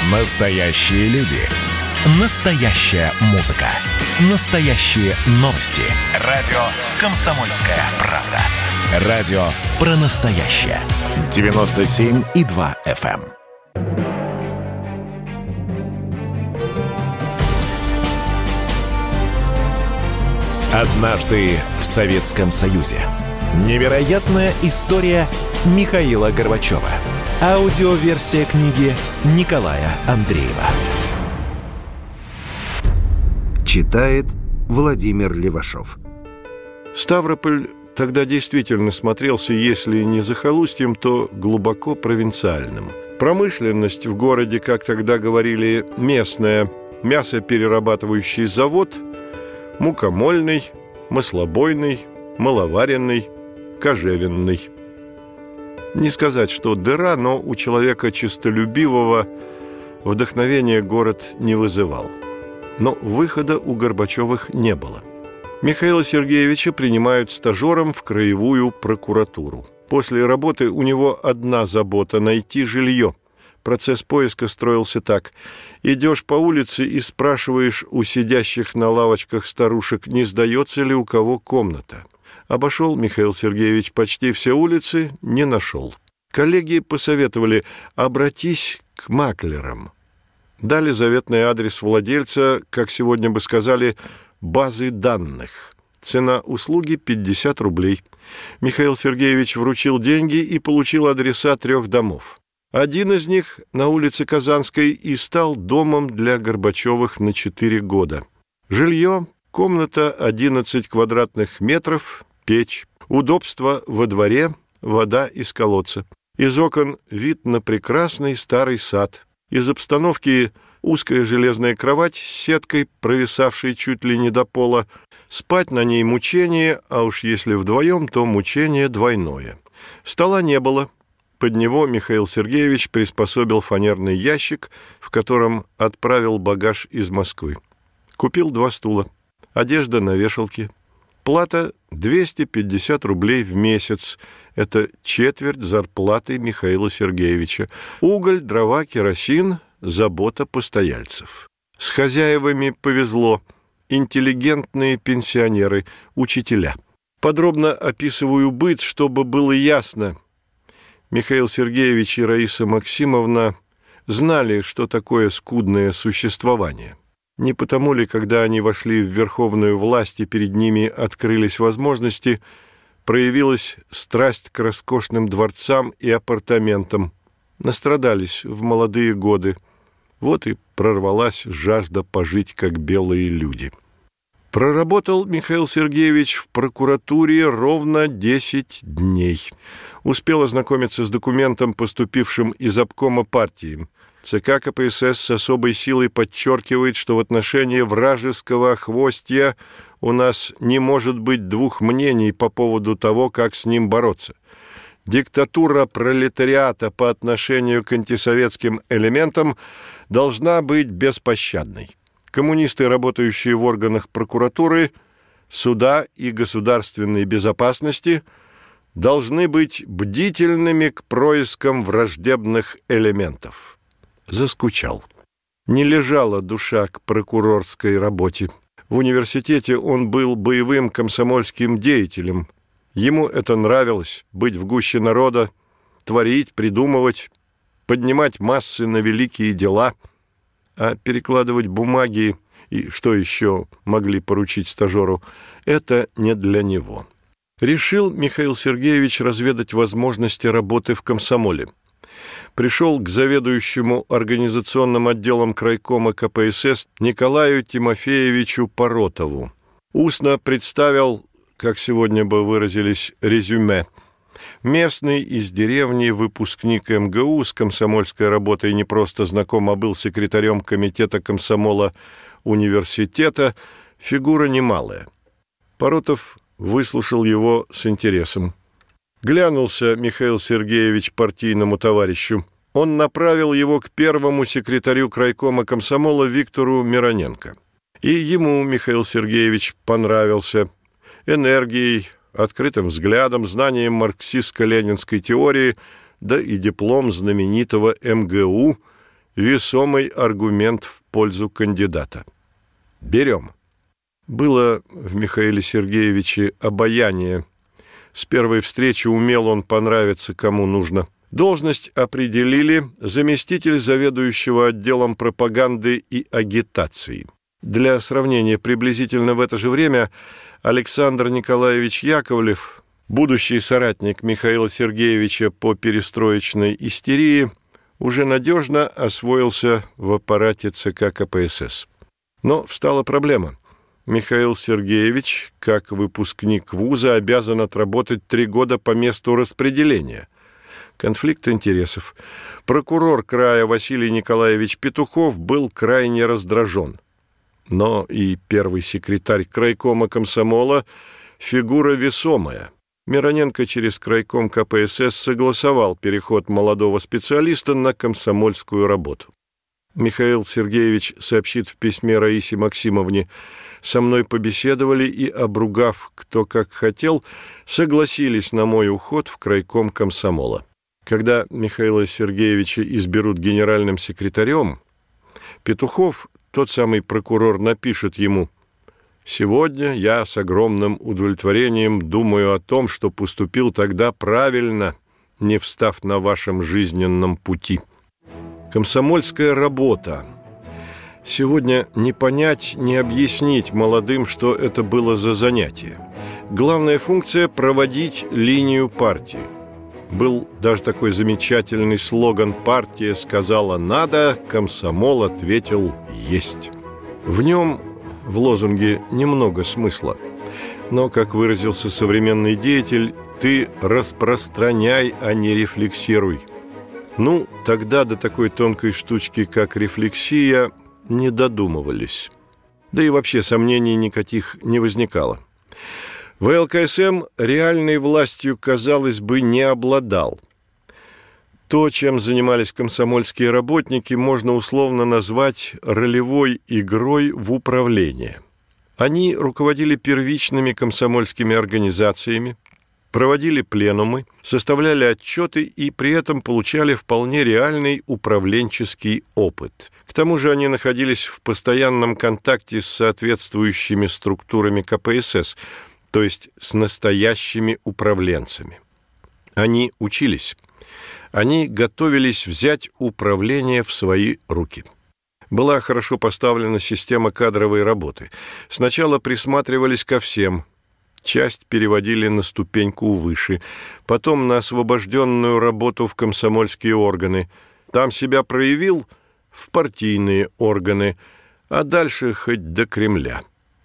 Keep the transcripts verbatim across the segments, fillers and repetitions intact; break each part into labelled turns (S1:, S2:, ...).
S1: Настоящие люди. Настоящая музыка. Настоящие новости. Радио «Комсомольская правда». Радио про настоящее. девяносто семь и два эф эм. Однажды в Советском Союзе. Невероятная история Михаила Горбачева. Аудиоверсия книги Николая Андреева.
S2: Читает Владимир Левашов.
S3: Ставрополь тогда действительно смотрелся, если не захолустьем, то глубоко провинциальным. Промышленность в городе, как тогда говорили, местная, мясоперерабатывающий завод, мукомольный, маслобойный, маловаренный, кожевенный. Не сказать, что дыра, но у человека честолюбивого вдохновения город не вызывал. Но выхода у Горбачевых не было. Михаила Сергеевича принимают стажером в краевую прокуратуру. После работы у него одна забота – найти жилье. Процесс поиска строился так. Идешь по улице и спрашиваешь у сидящих на лавочках старушек, не сдается ли у кого комната. Обошел Михаил Сергеевич почти все улицы, не нашел. Коллеги посоветовали: обратись к маклерам. Дали заветный адрес владельца, как сегодня бы сказали, базы данных. Цена услуги пятьдесят рублей. Михаил Сергеевич вручил деньги и получил адреса трех домов. Один из них на улице Казанской и стал домом для Горбачевых на четыре года. Жилье, комната одиннадцать квадратных метров, печь, удобство во дворе, вода из колодца. Из окон вид на прекрасный старый сад. Из обстановки узкая железная кровать с сеткой, провисавшей чуть ли не до пола. Спать на ней мучение, а уж если вдвоем, то мучение двойное. Стола не было. Под него Михаил Сергеевич приспособил фанерный ящик, в котором отправил багаж из Москвы. Купил два стула. Одежда на вешалке. Плата двести пятьдесят рублей в месяц. Это четверть зарплаты Михаила Сергеевича. Уголь, дрова, керосин – забота постояльцев. С хозяевами повезло. Интеллигентные пенсионеры, учителя. Подробно описываю быт, чтобы было ясно. Михаил Сергеевич и Раиса Максимовна знали, что такое скудное существование. Не потому ли, когда они вошли в верховную власть и перед ними открылись возможности, проявилась страсть к роскошным дворцам и апартаментам. Настрадались в молодые годы. Вот и прорвалась жажда пожить, как белые люди. Проработал Михаил Сергеевич в прокуратуре ровно десять дней. Успел ознакомиться с документом, поступившим из обкома партии. ЦК ка пэ эс эс с особой силой подчеркивает, что в отношении вражеского охвостья у нас не может быть двух мнений по поводу того, как с ним бороться. Диктатура пролетариата по отношению к антисоветским элементам должна быть беспощадной. Коммунисты, работающие в органах прокуратуры, суда и государственной безопасности, должны быть бдительными к проискам враждебных элементов. Заскучал. Не лежала душа к прокурорской работе. В университете он был боевым комсомольским деятелем. Ему это нравилось – быть в гуще народа, творить, придумывать, поднимать массы на великие дела, а перекладывать бумаги и что еще могли поручить стажеру – это не для него. Решил Михаил Сергеевич разведать возможности работы в комсомоле. Пришел к заведующему организационным отделом крайкома ка пэ эс эс Николаю Тимофеевичу Поротову. Устно представил, как сегодня бы выразились, резюме. Местный из деревни, выпускник эм гэ у, с комсомольской работой не просто знаком, а был секретарем комитета комсомола университета, фигура немалая. Поротов выслушал его с интересом. Глянулся Михаил Сергеевич партийному товарищу. Он направил его к первому секретарю крайкома комсомола Виктору Мироненко. И ему Михаил Сергеевич понравился энергией, открытым взглядом, знанием марксистско-ленинской теории, да и диплом знаменитого эм гэ у весомый аргумент в пользу кандидата. Берем. Было в Михаиле Сергеевиче обаяние. С первой встречи умел он понравиться кому нужно. Должность определили заместитель заведующего отделом пропаганды и агитации. Для сравнения, приблизительно в это же время Александр Николаевич Яковлев, будущий соратник Михаила Сергеевича по перестроечной истерии, уже надежно освоился в аппарате ЦК КПСС. Но встала проблема. Михаил Сергеевич, как выпускник вуза, обязан отработать три года по месту распределения. Конфликт интересов. Прокурор края Василий Николаевич Петухов был крайне раздражен. Но и первый секретарь крайкома комсомола – фигура весомая. Мироненко через крайком КПСС согласовал переход молодого специалиста на комсомольскую работу. Михаил Сергеевич сообщит в письме Раисе Максимовне: «Со мной побеседовали и, обругав кто как хотел, согласились на мой уход в крайком комсомола». Когда Михаила Сергеевича изберут генеральным секретарем, Петухов, тот самый прокурор, напишет ему: «Сегодня я с огромным удовлетворением думаю о том, что поступил тогда правильно, не встав на вашем жизненном пути». Комсомольская работа. Сегодня не понять, не объяснить молодым, что это было за занятие. Главная функция – проводить линию партии. Был даже такой замечательный слоган: «Партия сказала надо, комсомол ответил есть». В нем, в лозунге, немного смысла. Но, как выразился современный деятель, ты распространяй, а не рефлексируй. Ну, тогда до такой тонкой штучки, как рефлексия, не додумывались. Да и вообще сомнений никаких не возникало. ВЛКСМ реальной властью, казалось бы, не обладал. То, чем занимались комсомольские работники, можно условно назвать ролевой игрой в управлении. Они руководили первичными комсомольскими организациями, проводили пленумы, составляли отчеты и при этом получали вполне реальный управленческий опыт. К тому же они находились в постоянном контакте с соответствующими структурами КПСС, то есть с настоящими управленцами. Они учились. Они готовились взять управление в свои руки. Была хорошо поставлена система кадровой работы. Сначала присматривались ко всем, часть переводили на ступеньку выше, потом на освобожденную работу в комсомольские органы. Там себя проявил — в партийные органы, а дальше хоть до Кремля.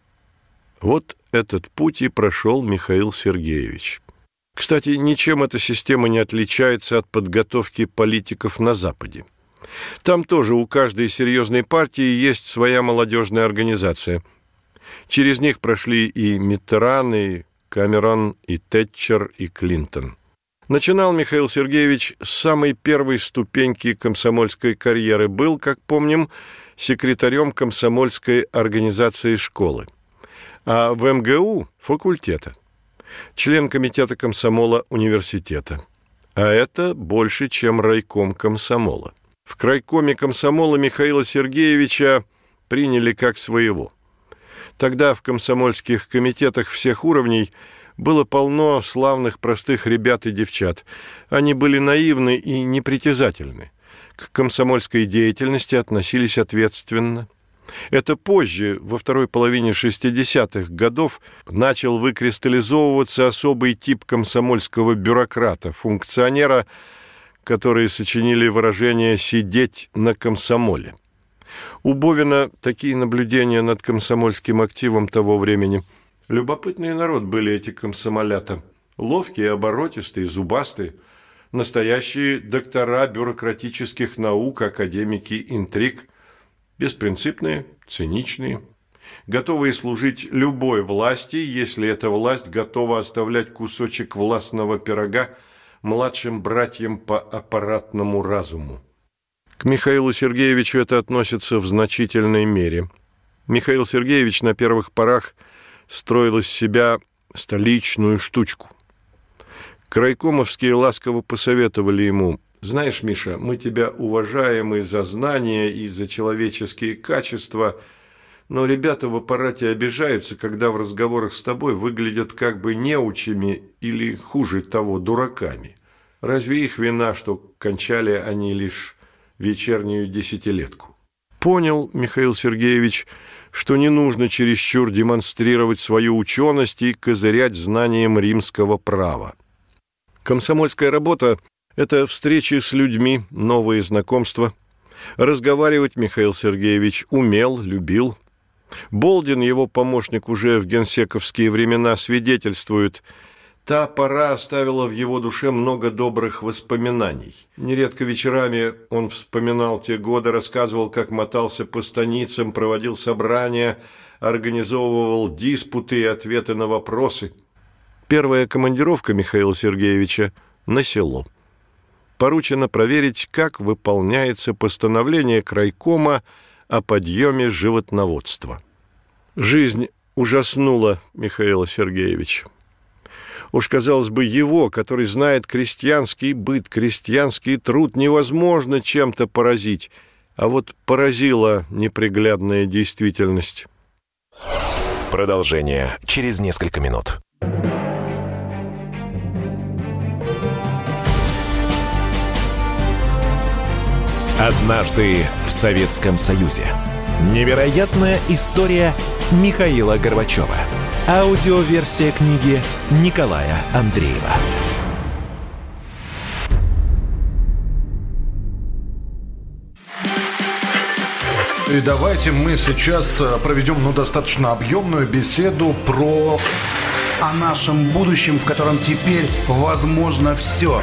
S3: Вот этот путь и прошел Михаил Сергеевич. Кстати, ничем эта система не отличается от подготовки политиков на Западе. Там тоже у каждой серьезной партии есть своя молодежная организация. Через них прошли и Миттеран, и Камерон, и Тэтчер, и Клинтон. Начинал Михаил Сергеевич с самой первой ступеньки комсомольской карьеры. Был, как помним, секретарем комсомольской организации школы, а в МГУ – факультета, член комитета комсомола университета. А это больше, чем райком комсомола. В крайкоме комсомола Михаила Сергеевича приняли как своего. Тогда в комсомольских комитетах всех уровней было полно славных простых ребят и девчат. Они были наивны и непритязательны. К комсомольской деятельности относились ответственно. Это позже, во второй половине шестидесятых годов, начал выкристаллизовываться особый тип комсомольского бюрократа, функционера, которые сочинили выражение «сидеть на комсомоле». У Бовина такие наблюдения над комсомольским активом того времени. Любопытный народ были эти комсомолята. Ловкие, оборотистые, зубастые. Настоящие доктора бюрократических наук, академики интриг. Беспринципные, циничные. Готовые служить любой власти, если эта власть готова оставлять кусочек властного пирога младшим братьям по аппаратному разуму. К Михаилу Сергеевичу это относится в значительной мере. Михаил Сергеевич на первых порах строил из себя столичную штучку. Крайкомовские ласково посоветовали ему: Знаешь, Миша, мы тебя уважаем и за знания, и за человеческие качества, но ребята в аппарате обижаются, когда в разговорах с тобой выглядят как бы неучами или, хуже того, дураками. Разве их вина, что кончали они лишь вечернюю десятилетку? Понял, Михаил Сергеевич, что не нужно чересчур демонстрировать свою ученость и козырять знанием римского права. Комсомольская работа – это встречи с людьми, новые знакомства. Разговаривать Михаил Сергеевич умел, любил. Болдин, его помощник уже в генсековские времена, свидетельствует: та пора оставила в его душе много добрых воспоминаний. Нередко вечерами он вспоминал те годы, рассказывал, как мотался по станицам, проводил собрания, организовывал диспуты и ответы на вопросы. Первая командировка Михаила Сергеевича на село. Поручено проверить, как выполняется постановление крайкома о подъеме животноводства. Жизнь ужаснула Михаила Сергеевича. Уж, казалось бы, его, который знает крестьянский быт, крестьянский труд, невозможно чем-то поразить, а вот поразила неприглядная действительность.
S1: Продолжение через несколько минут. Однажды в Советском Союзе. Невероятная история Михаила Горбачева. Аудиоверсия книги Николая Андреева.
S4: И давайте мы сейчас проведем ну, достаточно объемную беседу про...
S5: о нашем будущем, в котором теперь возможно все.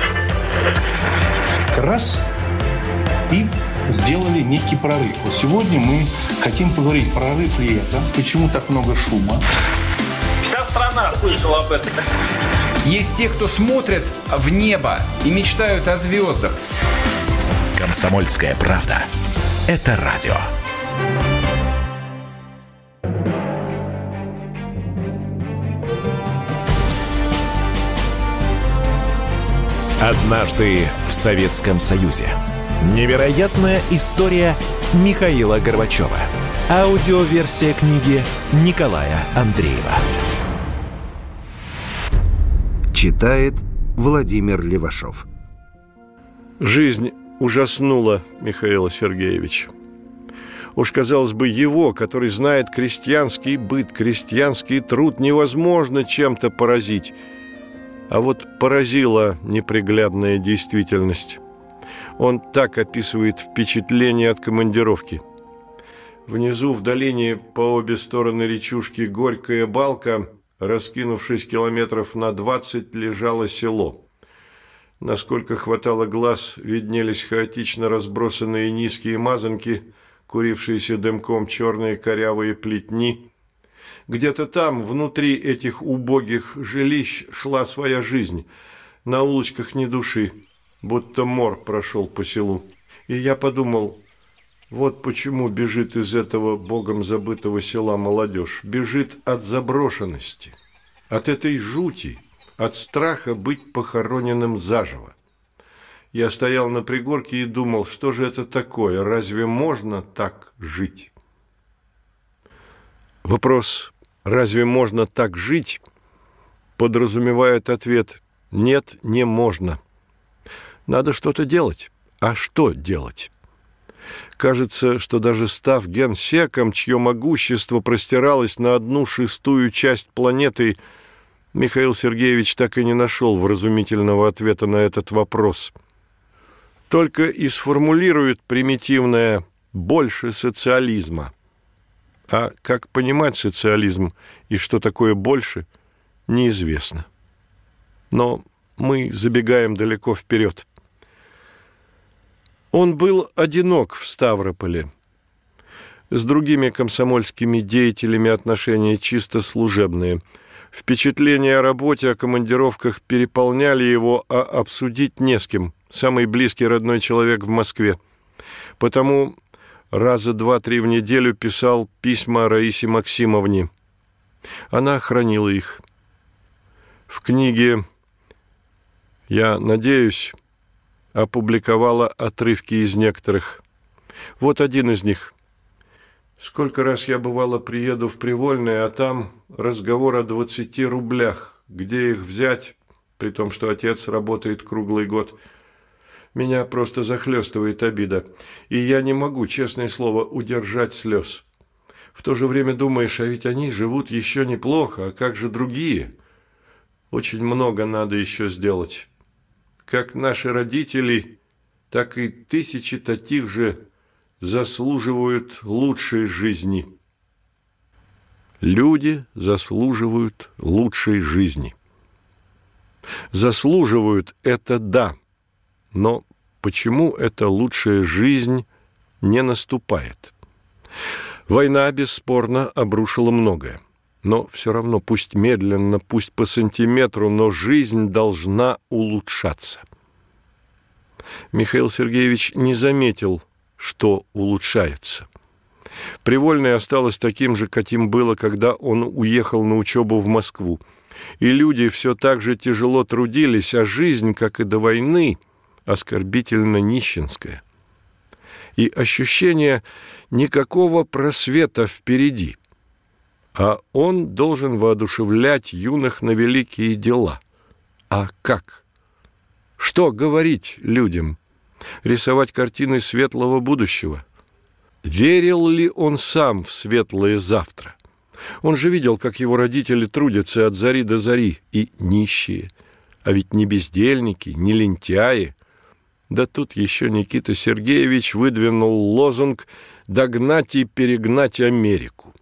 S6: Раз и сделали некий прорыв. Вот сегодня мы хотим поговорить, прорыв ли это, почему так много шума.
S7: Вся страна слышала об этом.
S8: Есть те, кто смотрят в небо и мечтают о звездах.
S1: Комсомольская правда. Это радио. Однажды в Советском Союзе. Невероятная история Михаила Горбачева. Аудиоверсия книги Николая Андреева.
S2: Читает Владимир Левашов.
S3: Жизнь ужаснула Михаила Сергеевича. Уж, казалось бы, его, который знает крестьянский быт, крестьянский труд, невозможно чем-то поразить. А вот поразила неприглядная действительность. Он так описывает впечатление от командировки. Внизу, в долине, по обе стороны речушки Горькая Балка, раскинувшись километров на двадцать, лежало село. Насколько хватало глаз, виднелись хаотично разбросанные низкие мазанки, курившиеся дымком черные корявые плетни. Где-то там, внутри этих убогих жилищ, шла своя жизнь. На улочках ни души, будто мор прошел по селу. И я подумал, вот почему бежит из этого богом забытого села молодежь. Бежит от заброшенности, от этой жути, от страха быть похороненным заживо. Я стоял на пригорке и думал, что же это такое, разве можно так жить? Вопрос «разве можно так жить?» подразумевает ответ «нет, не можно». Надо что-то делать. А что делать? Кажется, что даже став генсеком, чье могущество простиралось на одну шестую часть планеты, Михаил Сергеевич так и не нашел вразумительного ответа на этот вопрос. Только и сформулирует примитивное «больше социализма». А как понимать социализм и что такое «больше» – неизвестно. Но мы забегаем далеко вперед. Он был одинок в Ставрополе. С другими комсомольскими деятелями отношения чисто служебные. Впечатления о работе, о командировках переполняли его, а обсудить не с кем. Самый близкий родной человек в Москве. Потому раза два-три в неделю писал письма Раисе Максимовне. Она хранила их. В книге «Я надеюсь» опубликовала отрывки из некоторых. Вот один из них. «Сколько раз я, бывало, приеду в Привольное, а там разговор о двадцати рублях. Где их взять, при том, что отец работает круглый год? Меня просто захлестывает обида, и я не могу, честное слово, удержать слез. В то же время думаешь, а ведь они живут еще неплохо, а как же другие? Очень много надо еще сделать. Как наши родители, так и тысячи таких же заслуживают лучшей жизни». Люди заслуживают лучшей жизни. Заслуживают – это да, но почему эта лучшая жизнь не наступает? Война, бесспорно, обрушила многое. Но все равно, пусть медленно, пусть по сантиметру, но жизнь должна улучшаться. Михаил Сергеевич не заметил, что улучшается. Привольное осталось таким же, каким было, когда он уехал на учебу в Москву. И люди все так же тяжело трудились, а жизнь, как и до войны, оскорбительно нищенская. И ощущение никакого просвета впереди. А он должен воодушевлять юных на великие дела. А как? Что говорить людям? Рисовать картины светлого будущего? Верил ли он сам в светлое завтра? Он же видел, как его родители трудятся от зари до зари, и нищие. А ведь не бездельники, не лентяи. Да тут еще Никита Сергеевич выдвинул лозунг «Догнать и перегнать Америку».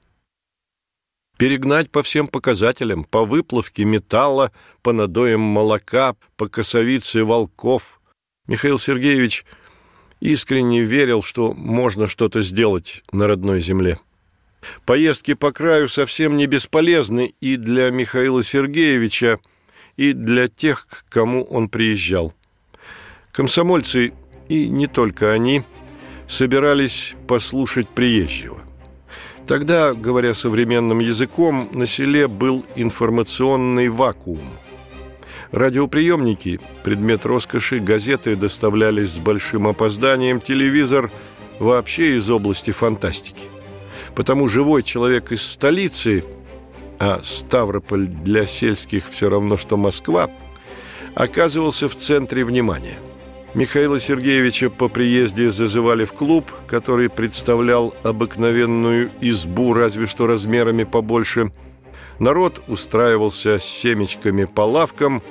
S3: Перегнать по всем показателям, по выплавке металла, по надоям молока, по косовице волков. Михаил Сергеевич искренне верил, что можно что-то сделать на родной земле. Поездки по краю совсем не бесполезны и для Михаила Сергеевича, и для тех, к кому он приезжал. Комсомольцы, и не только они, собирались послушать приезжего. Тогда, говоря современным языком, на селе был информационный вакуум. Радиоприемники – предмет роскоши, газеты доставлялись с большим опозданием, телевизор – вообще из области фантастики. Потому живой человек из столицы, а Ставрополь для сельских все равно, что Москва, оказывался в центре внимания. Михаила Сергеевича по приезде зазывали в клуб, который представлял обыкновенную избу, разве что размерами побольше. Народ устраивался с семечками по лавкам.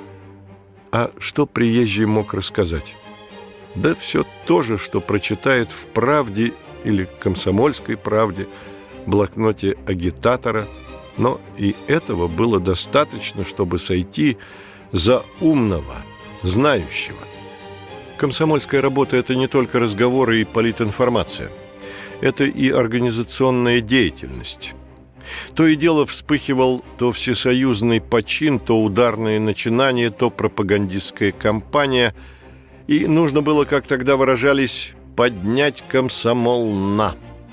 S3: А что приезжий мог рассказать? Да все то же, что прочитает в «Правде» или «Комсомольской правде», блокноте агитатора. Но и этого было достаточно, чтобы сойти за умного, знающего. Комсомольская работа – это не только разговоры и политинформация. Это и организационная деятельность. То и дело вспыхивал то всесоюзный почин, то ударное начинание, то пропагандистская кампания. И нужно было, как тогда выражались, поднять комсомол на.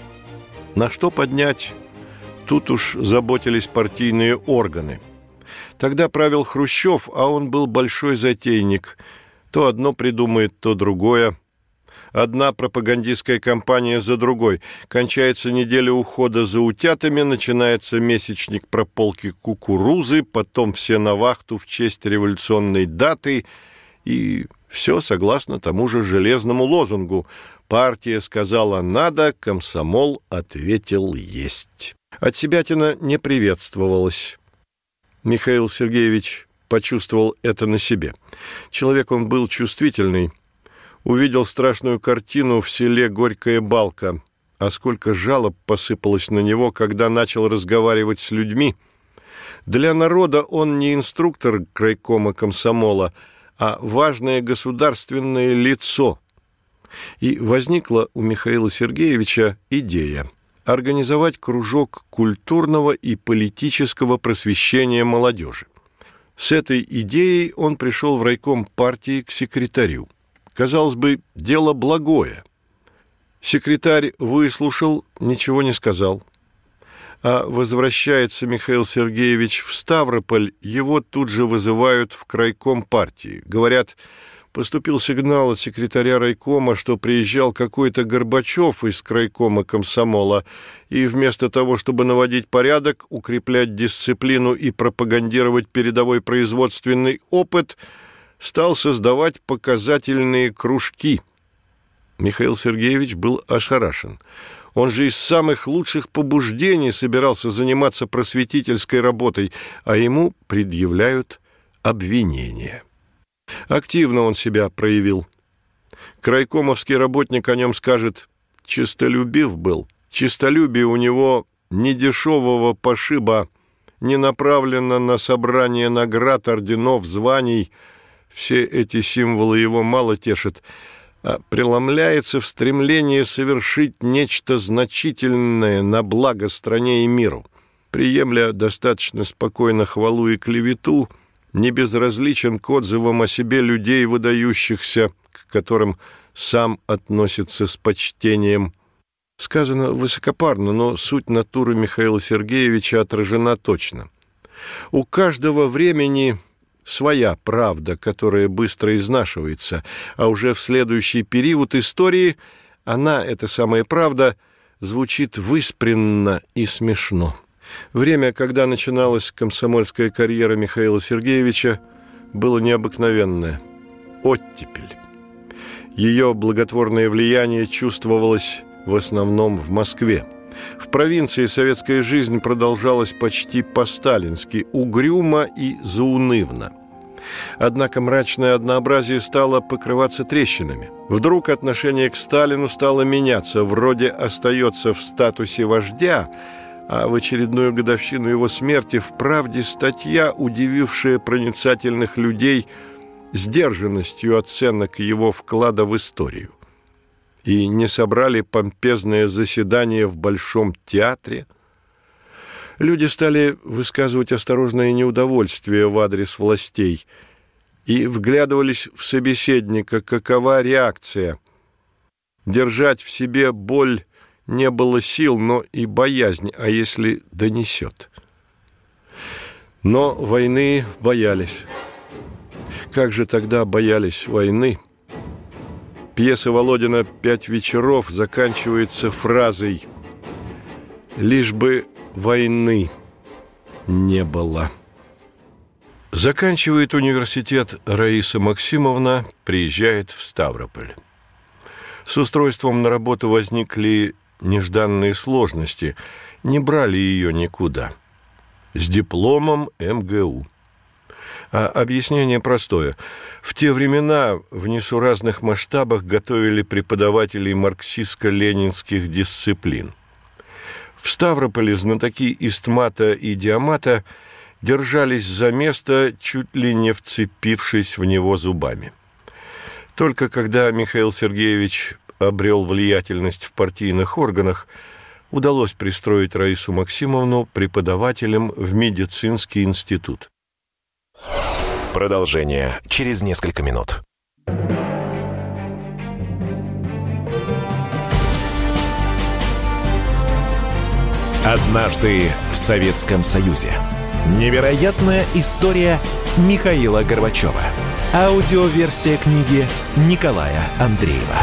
S3: На что поднять? Тут уж заботились партийные органы. Тогда правил Хрущев, а он был большой затейник. То одно придумает, то другое. Одна пропагандистская кампания за другой. Кончается неделя ухода за утятами, начинается месячник про полки кукурузы, потом все на вахту в честь революционной даты. И все согласно тому же железному лозунгу. Партия сказала «надо», комсомол ответил «есть». Отсебятина не приветствовалась. Михаил Сергеевич почувствовал это на себе. Человек он был чувствительный. Увидел страшную картину в селе Горькая Балка. А сколько жалоб посыпалось на него, когда начал разговаривать с людьми. Для народа он не инструктор крайкома комсомола, а важное государственное лицо. И возникла у Михаила Сергеевича идея организовать кружок культурного и политического просвещения молодежи. С этой идеей он пришел в райком партии к секретарю. Казалось бы, дело благое. Секретарь выслушал, ничего не сказал. А возвращается Михаил Сергеевич в Ставрополь, его тут же вызывают в крайком партии. Говорят, поступил сигнал от секретаря райкома, что приезжал какой-то Горбачев из крайкома комсомола, и вместо того, чтобы наводить порядок, укреплять дисциплину и пропагандировать передовой производственный опыт, стал создавать показательные кружки. Михаил Сергеевич был ошарашен. Он же из самых лучших побуждений собирался заниматься просветительской работой, а ему предъявляют обвинения. Активно он себя проявил. Крайкомовский работник о нем скажет: честолюбив был. Честолюбие у него не дешевого пошиба, не направлено на собрание наград, орденов, званий. Все эти символы его мало тешат, а преломляется в стремлении совершить нечто значительное на благо стране и миру. Приемля достаточно спокойно хвалу и клевету, не безразличен к отзывам о себе людей, выдающихся, к которым сам относится с почтением. Сказано высокопарно, но суть натуры Михаила Сергеевича отражена точно. У каждого времени своя правда, которая быстро изнашивается, а уже в следующий период истории она, эта самая правда, звучит выспренно и смешно. Время, когда начиналась комсомольская карьера Михаила Сергеевича, было необыкновенное. Оттепель. Ее благотворное влияние чувствовалось в основном в Москве. В провинции советская жизнь продолжалась почти по-сталински, угрюмо и заунывно. Однако мрачное однообразие стало покрываться трещинами. Вдруг отношение к Сталину стало меняться, вроде остается в статусе вождя, а в очередную годовщину его смерти в «Правде» статья, удивившая проницательных людей сдержанностью оценок его вклада в историю. И не собрали помпезное заседание в Большом театре. Люди стали высказывать осторожное неудовольствие в адрес властей и вглядывались в собеседника, какова реакция. Держать в себе боль не было сил, но и боязнь, а если донесет. Но войны боялись. Как же тогда боялись войны? Пьеса Володина «Пять вечеров» заканчивается фразой «Лишь бы войны не было». Заканчивает университет Раиса Максимовна, приезжает в Ставрополь. С устройством на работу возникли нежданные сложности, не брали ее никуда. С дипломом эм гэ у. А объяснение простое. В те времена в несуразных масштабах готовили преподавателей марксистско-ленинских дисциплин. В Ставрополе знатоки истмата и диамата держались за место, чуть ли не вцепившись в него зубами. Только когда Михаил Сергеевич обрел влиятельность в партийных органах, удалось пристроить Раису Максимовну преподавателем в медицинский институт.
S1: Продолжение через несколько минут. Однажды в Советском Союзе. Невероятная история Михаила Горбачева. Аудиоверсия книги Николая Андреева.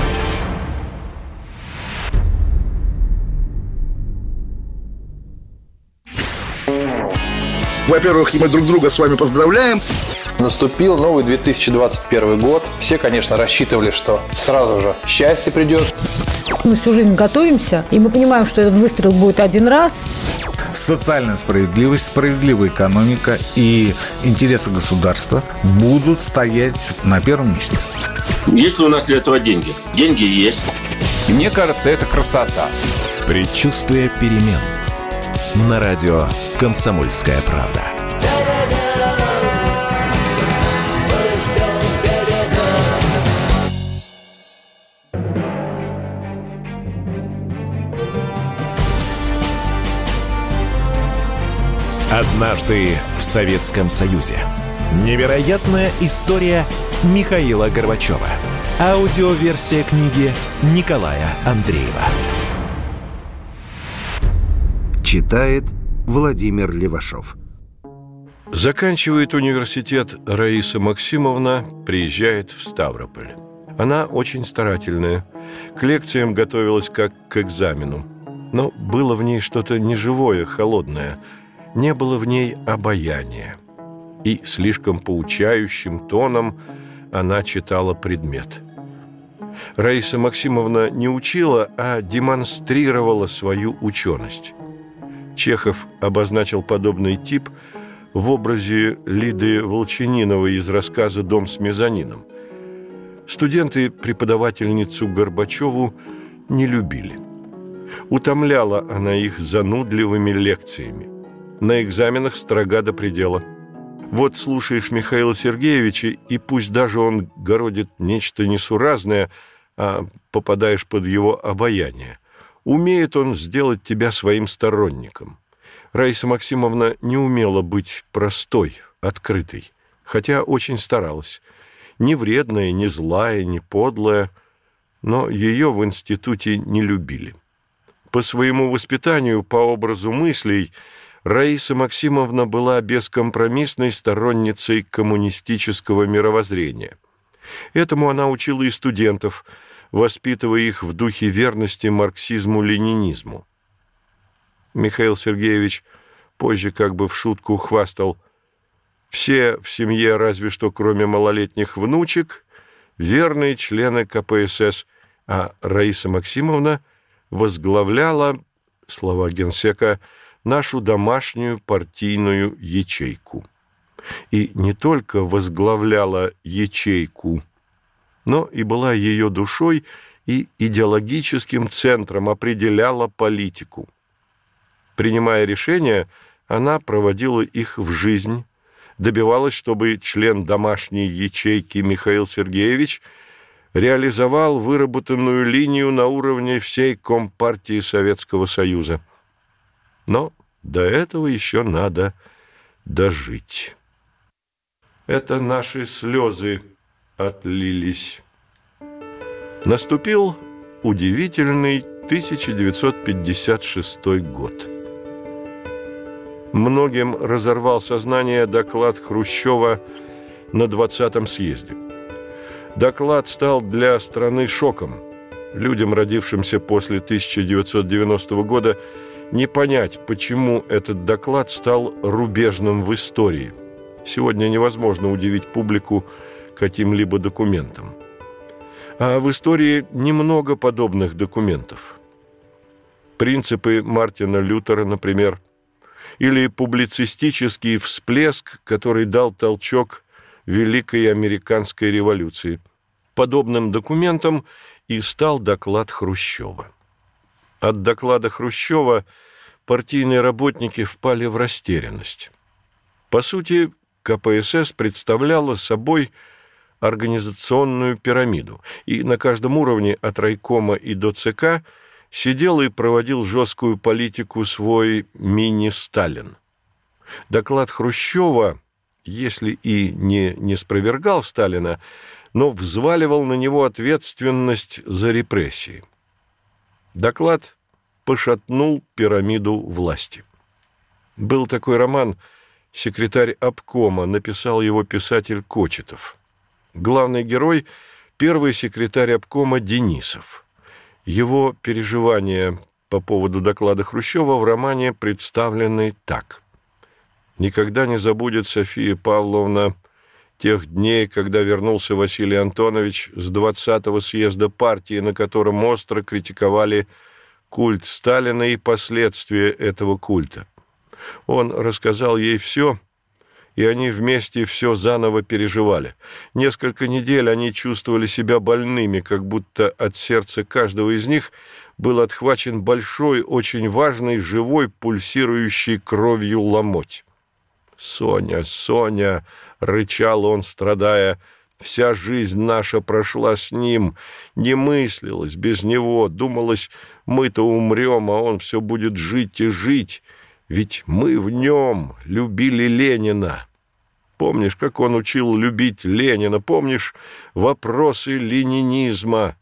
S9: Во-первых, мы друг друга с вами поздравляем.
S8: Наступил новый две тысячи двадцать первый год. Все, конечно, рассчитывали, что сразу же счастье придет.
S10: Мы всю жизнь готовимся, и мы понимаем, что этот выстрел будет один раз.
S11: Социальная справедливость, справедливая экономика и интересы государства будут стоять на первом месте.
S12: Есть ли у нас для этого деньги? Деньги есть.
S8: И мне кажется, это красота.
S1: Предчувствие перемен. На радио «Комсомольская правда». Однажды в Советском Союзе. Невероятная история Михаила Горбачева. Аудиоверсия книги Николая Андреева.
S2: Читает Владимир Левашов.
S3: Заканчивает университет Раиса Максимовна, приезжает в Ставрополь. Она очень старательная, к лекциям готовилась как к экзамену. Но было в ней что-то неживое, холодное, не было в ней обаяния. И слишком поучающим тоном она читала предмет. Раиса Максимовна не учила, а демонстрировала свою ученость. Чехов обозначил подобный тип в образе Лиды Волчаниновой из рассказа «Дом с мезонином». Студенты преподавательницу Горбачеву не любили. Утомляла она их занудливыми лекциями. На экзаменах строга до предела. Вот слушаешь Михаила Сергеевича, и пусть даже он городит нечто несуразное, а попадаешь под его обаяние. Умеет он сделать тебя своим сторонником. Раиса Максимовна не умела быть простой, открытой, хотя очень старалась. Не вредная, не злая, не подлая, но ее в институте не любили. По своему воспитанию, по образу мыслей, Раиса Максимовна была бескомпромиссной сторонницей коммунистического мировоззрения. Этому она учила и студентов, воспитывая их в духе верности марксизму-ленинизму. Михаил Сергеевич позже как бы в шутку хвастал: все в семье, разве что кроме малолетних внучек, верные члены ка пэ эс эс, а Раиса Максимовна возглавляла, слова генсека, нашу домашнюю партийную ячейку. И не только возглавляла ячейку, но и была ее душой и идеологическим центром, определяла политику. Принимая решения, она проводила их в жизнь, добивалась, чтобы член домашней ячейки Михаил Сергеевич реализовал выработанную линию на уровне всей Компартии Советского Союза. Но до этого еще надо дожить. Это наши слезы отлились. Наступил удивительный тысяча девятьсот пятьдесят шестой год. Многим разорвал сознание доклад Хрущева на двадцатом съезде. Доклад стал для страны шоком. Людям, родившимся после тысяча девятьсот девяностого года, не понять, почему этот доклад стал рубежным в истории. Сегодня невозможно удивить публику каким-либо документом. А в истории немного подобных документов. Принципы Мартина Лютера, например, или публицистический всплеск, который дал толчок Великой Американской революции. Подобным документом и стал доклад Хрущева. От доклада Хрущева партийные работники впали в растерянность. По сути, ка пэ эс эс представляла собой организационную пирамиду, и на каждом уровне от райкома и до ЦК сидел и проводил жесткую политику свой мини-Сталин. Доклад Хрущева, если и не, не спровергал Сталина, но взваливал на него ответственность за репрессии. Доклад пошатнул пирамиду власти. Был такой роман «Секретарь обкома», написал его писатель Кочетов. Главный герой – первый секретарь обкома Денисов. Его переживания по поводу доклада Хрущева в романе представлены так. «Никогда не забудет София Павловна тех дней, когда вернулся Василий Антонович с двадцатого съезда партии, на котором остро критиковали культ Сталина и последствия этого культа. Он рассказал ей все, и они вместе все заново переживали. Несколько недель они чувствовали себя больными, как будто от сердца каждого из них был отхвачен большой, очень важный, живой, пульсирующий кровью ломоть. «Соня, Соня!» — рычал он, страдая. «Вся жизнь наша прошла с ним, не мыслилось без него, думалось, мы-то умрем, а он все будет жить и жить. Ведь мы в нем любили Ленина. Помнишь, как он учил любить Ленина? Помнишь вопросы ленинизма?»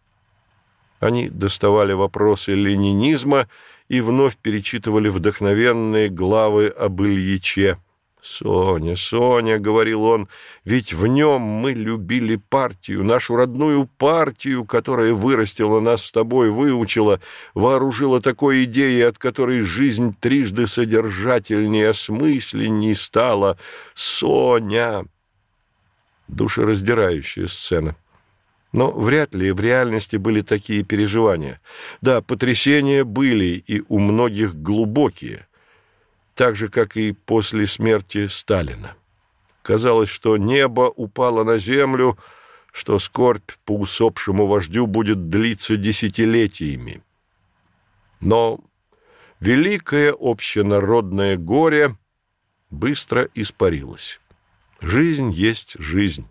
S3: Они доставали вопросы ленинизма и вновь перечитывали вдохновенные главы об Ильиче. «Соня, Соня, — говорил он, — ведь в нем мы любили партию, нашу родную партию, которая вырастила нас с тобой, выучила, вооружила такой идеей, от которой жизнь трижды содержательнее, осмысленней стала. Соня!» Душераздирающая сцена. Но вряд ли в реальности были такие переживания. Да, потрясения были, и у многих глубокие, так же, как и после смерти Сталина. Казалось, что небо упало на землю, что скорбь по усопшему вождю будет длиться десятилетиями. Но великое общенародное горе быстро испарилось. Жизнь есть жизнь.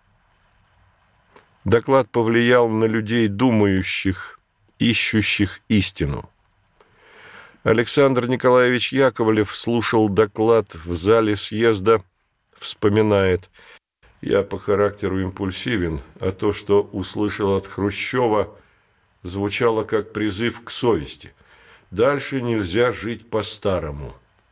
S3: Доклад повлиял на людей думающих, ищущих истину. Александр Николаевич Яковлев слушал доклад в зале съезда, вспоминает: «Я по характеру импульсивен, а то, что услышал от Хрущева, звучало как призыв к совести. Дальше нельзя жить по-старому».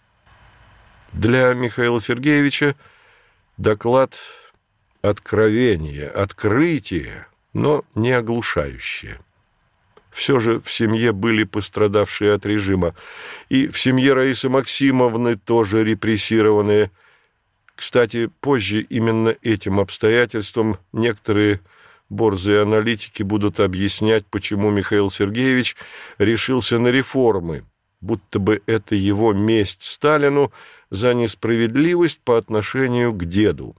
S3: Для Михаила Сергеевича доклад – откровение, открытие, но не оглушающее. Все же в семье были пострадавшие от режима, и в семье Раисы Максимовны тоже репрессированные. Кстати, позже именно этим обстоятельством некоторые борзые аналитики будут объяснять, почему Михаил Сергеевич решился на реформы, будто бы это его месть Сталину за несправедливость по отношению к деду.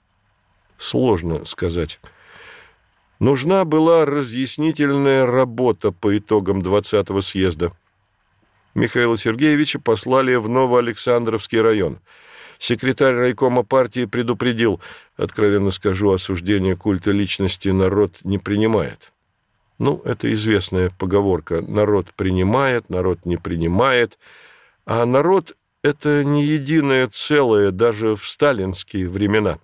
S3: Сложно сказать. Нужна была разъяснительная работа по итогам двадцатого съезда. Михаила Сергеевича послали в Новоалександровский район. Секретарь райкома партии предупредил: откровенно скажу, осуждение культа личности народ не принимает. Ну, это известная поговорка: народ принимает, народ не принимает. А народ – это не единое целое даже в сталинские времена.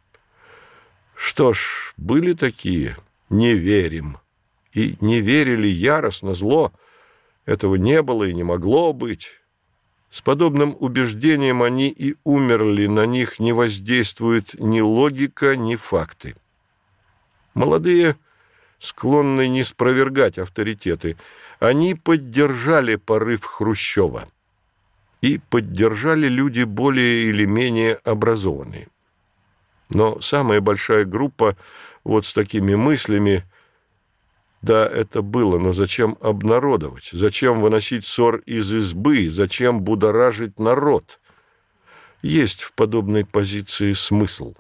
S3: Что ж, были такие, не верим. И не верили яростно, зло. Этого не было и не могло быть. С подобным убеждением они и умерли, на них не воздействует ни логика, ни факты. Молодые склонны не спровергать авторитеты. Они поддержали порыв Хрущева. И поддержали люди более или менее образованные. Но самая большая группа вот с такими мыслями: да, это было, но зачем обнародовать? Зачем выносить ссор из избы? Зачем будоражить народ? Есть в подобной позиции смысл.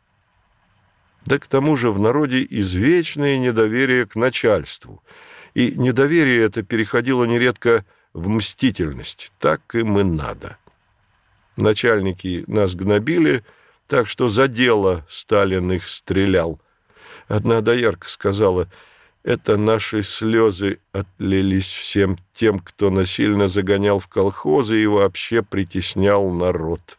S3: Да к тому же в народе извечное недоверие к начальству. И недоверие это переходило нередко в мстительность. Так им и надо. Начальники нас гнобили, так что за дело Сталин их стрелял. Одна доярка сказала: это наши слезы отлились всем тем, кто насильно загонял в колхозы и вообще притеснял народ.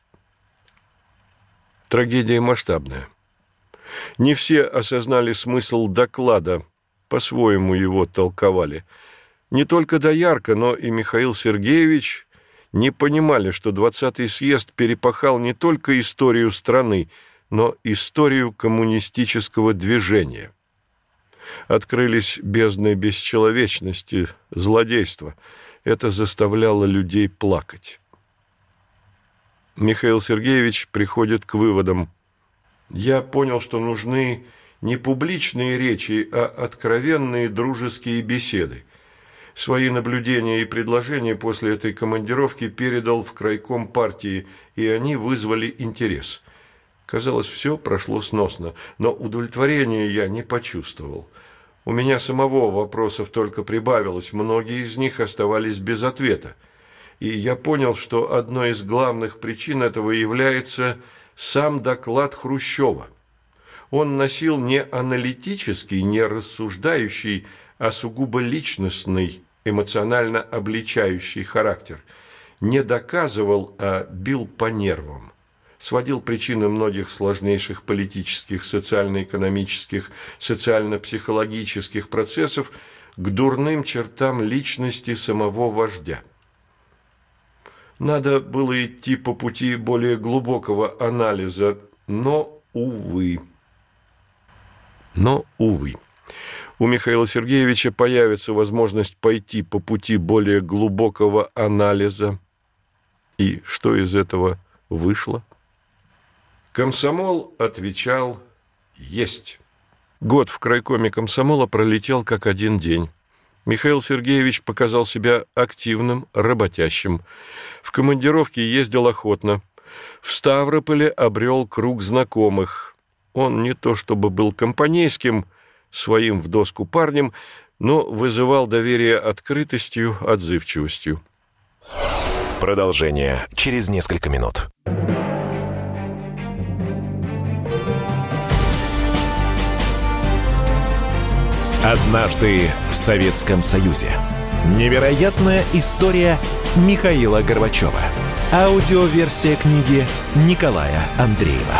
S3: Трагедия масштабная. Не все осознали смысл доклада, по-своему его толковали. Не только доярка, но и Михаил Сергеевич не понимали, что двадцатый съезд перепахал не только историю страны, но историю коммунистического движения. Открылись бездны бесчеловечности, злодейства. Это заставляло людей плакать. Михаил Сергеевич приходит к выводам: «Я понял, что нужны не публичные речи, а откровенные дружеские беседы. Свои наблюдения и предложения после этой командировки передал в крайком партии, и они вызвали интерес. Казалось, все прошло сносно, но удовлетворения я не почувствовал. У меня самого вопросов только прибавилось, многие из них оставались без ответа. И я понял, что одной из главных причин этого является сам доклад Хрущева. Он носил не аналитический, не рассуждающий, а сугубо личностный, эмоционально обличающий характер. Не доказывал, а бил по нервам. Сводил причины многих сложнейших политических, социально-экономических, социально-психологических процессов к дурным чертам личности самого вождя. Надо было идти по пути более глубокого анализа, но, увы. Но, увы. У Михаила Сергеевича появится возможность пойти по пути более глубокого анализа. И что из этого вышло? Комсомол отвечал «Есть». Год в крайкоме комсомола пролетел как один день. Михаил Сергеевич показал себя активным, работящим. В командировке ездил охотно. В Ставрополе обрел круг знакомых. Он не то чтобы был компанейским, своим в доску парнем, но вызывал доверие открытостью, отзывчивостью.
S1: Продолжение через несколько минут. Однажды в Советском Союзе. Невероятная история Михаила Горбачева. Аудиоверсия книги Николая Андреева.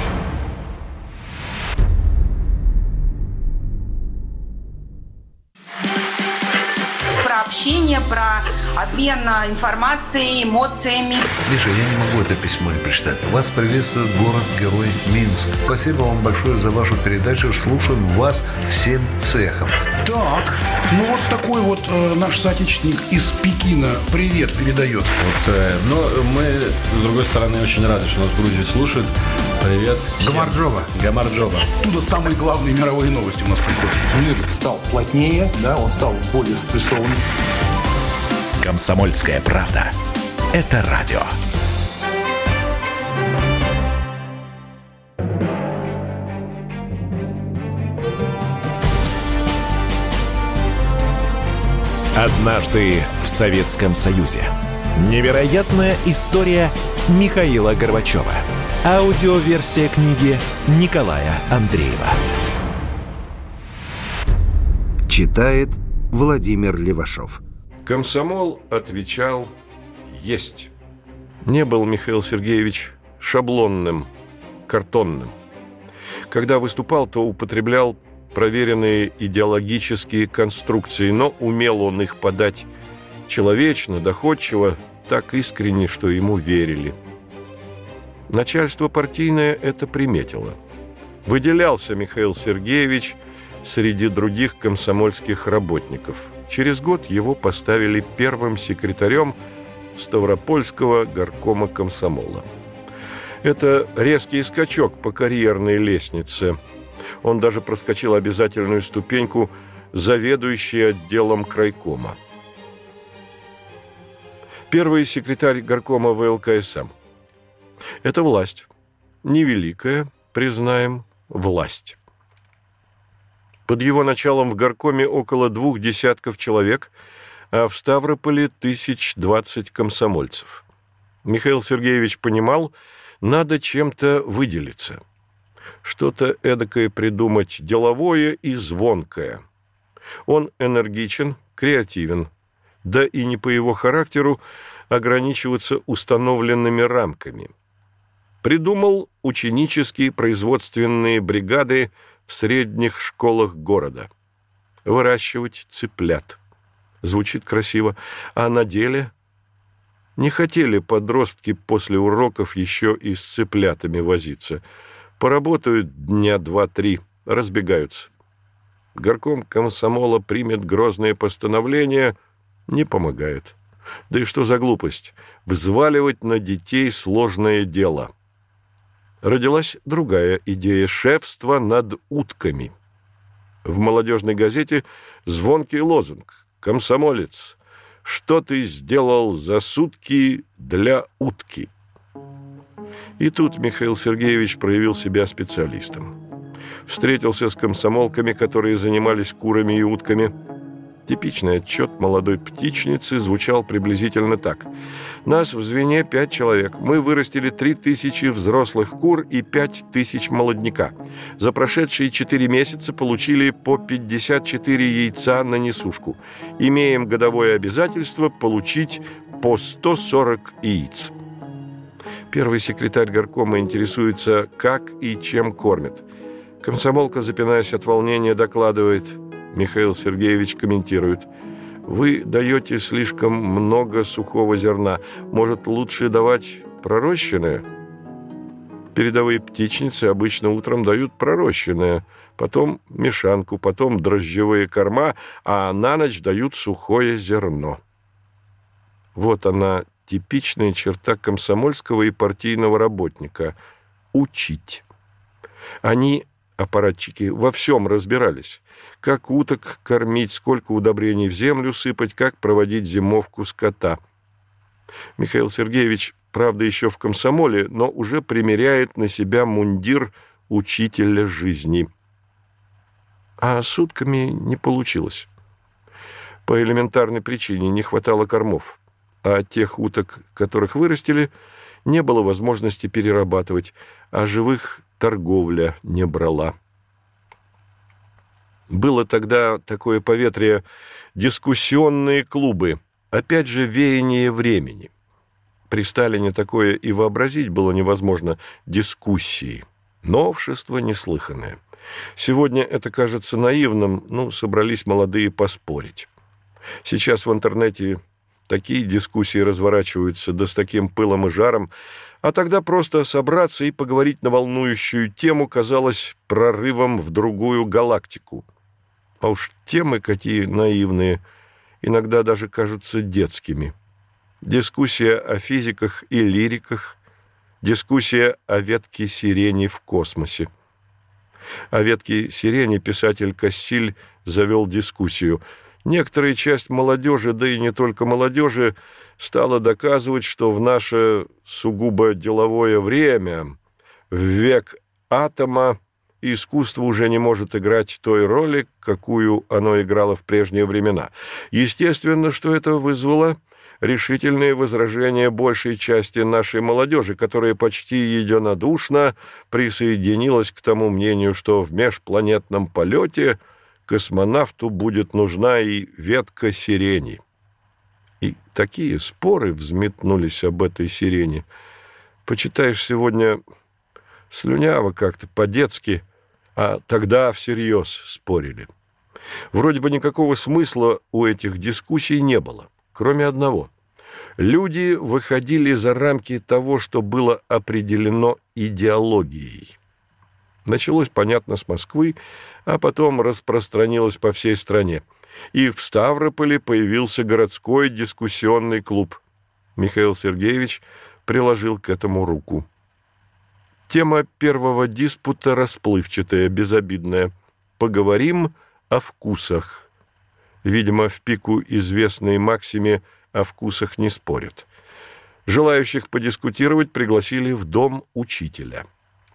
S13: Про общение, про обмен информацией, эмоциями.
S2: Миша, я не могу это письмо не прочитать. Вас приветствует город-герой Минск. Спасибо вам большое за вашу передачу. Слушаем вас всем цехом.
S5: Так, ну вот такой вот э, наш соотечественник из Пекина привет передает.
S14: Вот, э, но мы, с другой стороны, очень рады, что нас в Грузии слушают. Привет.
S5: Гамарджоба.
S14: Гамарджоба.
S5: Оттуда самые главные мировые новости у нас приходят.
S6: Мир стал плотнее, да, он стал более спрессованным.
S1: «Комсомольская правда». Это радио. Однажды в Советском Союзе. Невероятная история Михаила Горбачева. Аудиоверсия книги Николая Андреева.
S2: Читает Владимир Левашов.
S3: Комсомол отвечал «Есть». Не был Михаил Сергеевич шаблонным, картонным. Когда выступал, то употреблял проверенные идеологические конструкции, но умел он их подать человечно, доходчиво, так искренне, что ему верили. Начальство партийное это приметило. Выделялся Михаил Сергеевич среди других комсомольских работников. Через год его поставили первым секретарем Ставропольского горкома комсомола. Это резкий скачок по карьерной лестнице. Он даже проскочил обязательную ступеньку заведующий отделом крайкома. Первый секретарь горкома вэ эл ка эс эм. Это власть. Невеликая, признаем, власть. Под его началом в горкоме около двух десятков человек, а в Ставрополе тысяч двадцать комсомольцев. Михаил Сергеевич понимал, надо чем-то выделиться. Что-то эдакое придумать деловое и звонкое. Он энергичен, креативен, да и не по его характеру ограничиваться установленными рамками. Придумал ученические производственные бригады в средних школах города. Выращивать цыплят. Звучит красиво, а на деле не хотели подростки после уроков еще и с цыплятами возиться. Поработают дня два-три, разбегаются. Горком комсомола примет грозное постановление, не помогает. Да и что за глупость? Взваливать на детей сложное дело. Родилась другая идея – шефство над утками. В молодежной газете звонкий лозунг «Комсомолец, что ты сделал за сутки для утки?» И тут Михаил Сергеевич проявил себя специалистом. Встретился с комсомолками, которые занимались курами и утками. Типичный отчет молодой птичницы звучал приблизительно так. Нас в звене пять человек. Мы вырастили три тысячи взрослых кур и пять тысяч молодняка. За прошедшие четыре месяца получили по пятьдесят четыре яйца на несушку. Имеем годовое обязательство получить по сто сорок яиц. Первый секретарь горкома интересуется, как и чем кормят. Комсомолка, запинаясь от волнения, докладывает. Михаил Сергеевич комментирует. Вы даете слишком много сухого зерна. Может, лучше давать пророщенное? Передовые птичницы обычно утром дают пророщенное, потом мешанку, потом дрожжевые корма, а на ночь дают сухое зерно. Вот она, типичная черта комсомольского и партийного работника – учить. Они, аппаратчики, во всем разбирались. Как уток кормить, сколько удобрений в землю сыпать, как проводить зимовку скота. Михаил Сергеевич, правда, еще в комсомоле, но уже примеряет на себя мундир учителя жизни. А сутками не получилось. По элементарной причине не хватало кормов. А тех уток, которых вырастили, не было возможности перерабатывать, а живых торговля не брала. Было тогда такое поветрие «дискуссионные клубы», опять же, веяние времени. При Сталине такое и вообразить было невозможно – дискуссии. Новшество неслыханное. Сегодня это кажется наивным, ну, собрались молодые поспорить. Сейчас в интернете такие дискуссии разворачиваются, да с таким пылом и жаром, а тогда просто собраться и поговорить на волнующую тему казалось прорывом в другую галактику. А уж темы какие наивные, иногда даже кажутся детскими. Дискуссия о физиках и лириках, дискуссия о ветке сирени в космосе. О ветке сирени писатель Кассиль завел дискуссию. Некоторая часть молодежи, да и не только молодежи, стала доказывать, что в наше сугубо деловое время, в век атома, искусство уже не может играть той роли, какую оно играло в прежние времена. Естественно, что это вызвало решительные возражения большей части нашей молодежи, которая почти единодушно присоединилась к тому мнению, что в межпланетном полете космонавту будет нужна и ветка сирени. И такие споры взметнулись об этой сирени. Почитаешь сегодня слюняво как-то, по-детски, а тогда всерьез спорили. Вроде бы никакого смысла у этих дискуссий не было, кроме одного. Люди выходили за рамки того, что было определено идеологией. Началось, понятно, с Москвы, а потом распространилось по всей стране. И в Ставрополе появился городской дискуссионный клуб. Михаил Сергеевич приложил к этому руку. Тема первого диспута расплывчатая, безобидная. Поговорим о вкусах. Видимо, в пику известной максиме «о вкусах не спорят». Желающих подискутировать пригласили в дом учителя.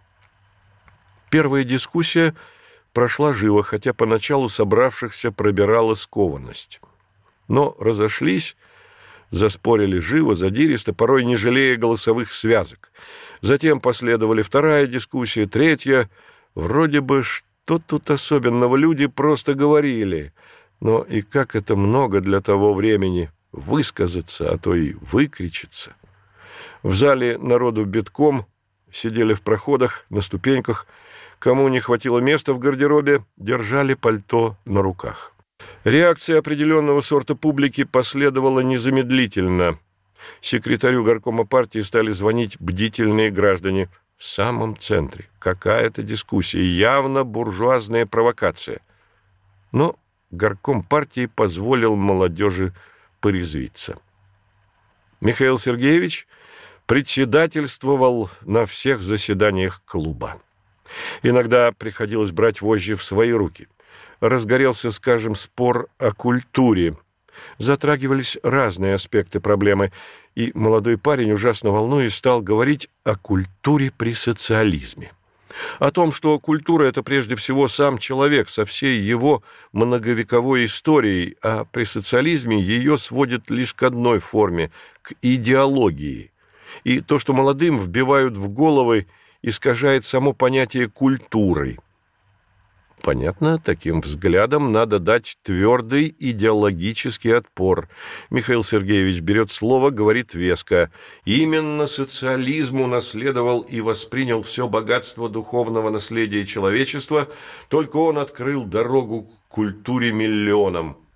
S3: Первая дискуссия прошла живо, хотя поначалу собравшихся пробирала скованность. Но разошлись, заспорили живо, задиристо, порой не жалея голосовых связок. Затем последовали вторая дискуссия, третья. Вроде бы, что тут особенного, люди просто говорили. Но и как это много для того времени высказаться, а то и выкричиться. В зале народу битком, сидели в проходах, на ступеньках. Кому не хватило места в гардеробе, держали пальто на руках. Реакция определенного сорта публики последовала незамедлительно. Секретарю горкома партии стали звонить бдительные граждане. В самом центре какая-то дискуссия, явно буржуазная провокация. Но горком партии позволил молодежи порезвиться. Михаил Сергеевич председательствовал на всех заседаниях клуба. Иногда приходилось брать вожжи в свои руки. Разгорелся, скажем, спор о культуре. Затрагивались разные аспекты проблемы, и молодой парень, ужасно волнуясь, стал говорить о культуре при социализме. О том, что культура – это прежде всего сам человек со всей его многовековой историей, а при социализме ее сводят лишь к одной форме – к идеологии. И то, что молодым вбивают в головы, искажает само понятие культуры. Понятно, таким взглядом надо дать твердый идеологический отпор. Михаил Сергеевич берет слово, говорит веско. Именно социализм унаследовал и воспринял все богатство духовного наследия человечества, только он открыл дорогу к культуре миллионам.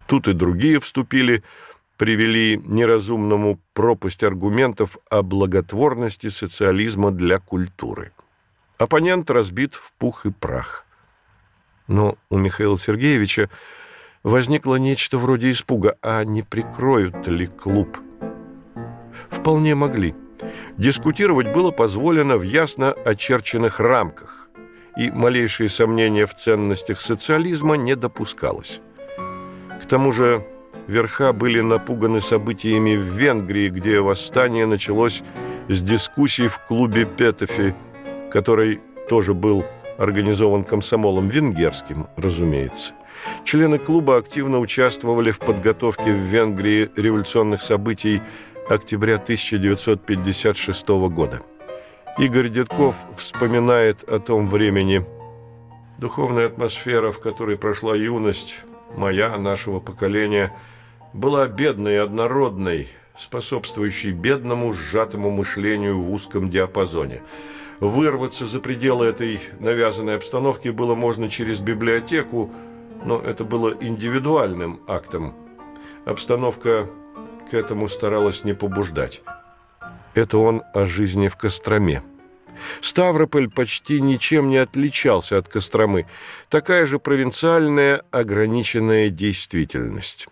S3: Тут и другие вступили, привели неразумному пропасть аргументов о благотворности социализма для культуры. Оппонент разбит в пух и прах. Но у Михаила Сергеевича возникло нечто вроде испуга, а не прикроют ли клуб? Вполне могли. Дискутировать было позволено в ясно очерченных рамках, и малейшие сомнения в ценностях социализма не допускалось. К тому же верха были напуганы событиями в Венгрии, где восстание началось с дискуссий в клубе Петефи, который тоже был организован комсомолом венгерским, разумеется. Члены клуба активно участвовали в подготовке в Венгрии революционных событий октября тысяча девятьсот пятьдесят шестого года. Игорь Дедков вспоминает о том времени. Духовная атмосфера, в которой прошла юность моя, нашего поколения, была бедной и однородной, способствующей бедному сжатому мышлению в узком диапазоне. Вырваться за пределы этой навязанной обстановки было можно через библиотеку, но это было индивидуальным актом. Обстановка к этому старалась не побуждать. Это он о жизни в Костроме. Ставрополь почти ничем не отличался от Костромы. Такая же провинциальная, ограниченная действительность.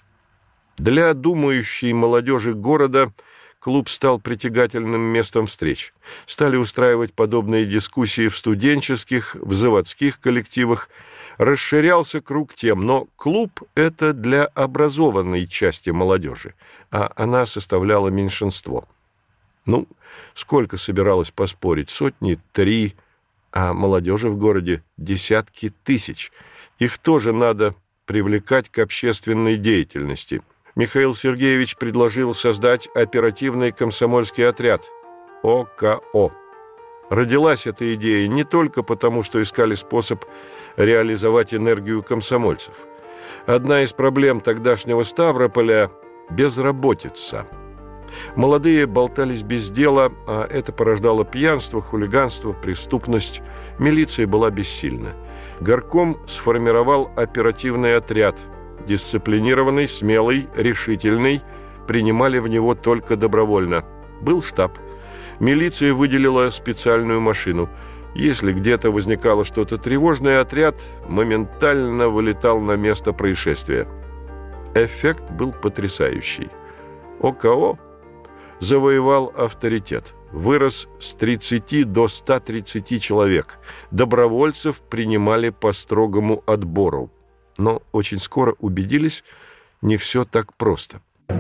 S3: Для думающей молодежи города клуб стал притягательным местом встреч. Стали устраивать подобные дискуссии в студенческих, в заводских коллективах. Расширялся круг тем, но клуб – это для образованной части молодежи, а она составляла меньшинство. Ну, сколько собиралось поспорить? Сотни, три, а молодежи в городе десятки тысяч. Их тоже надо привлекать к общественной деятельности. Михаил Сергеевич предложил создать оперативный комсомольский отряд О К О. Родилась эта идея не только потому, что искали способ реализовать энергию комсомольцев. Одна из проблем тогдашнего Ставрополя – безработица. Молодые болтались без дела, а это порождало пьянство, хулиганство, преступность. Милиция была бессильна. Горком сформировал оперативный отряд. Дисциплинированный, смелый, решительный, принимали в него только добровольно. Был штаб. Милиция выделила специальную машину. Если где-то возникало что-то тревожное, отряд моментально вылетал на место происшествия. Эффект был потрясающий. О К О завоевал авторитет. Вырос с тридцати до ста тридцати человек. Добровольцев принимали по строгому отбору. Но очень скоро убедились, не все так просто.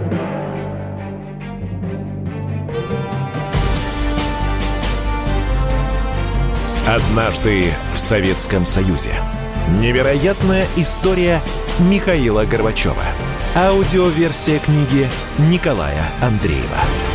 S1: Однажды в Советском Союзе. Невероятная история Михаила Горбачева. Аудиоверсия книги Николая Андреева.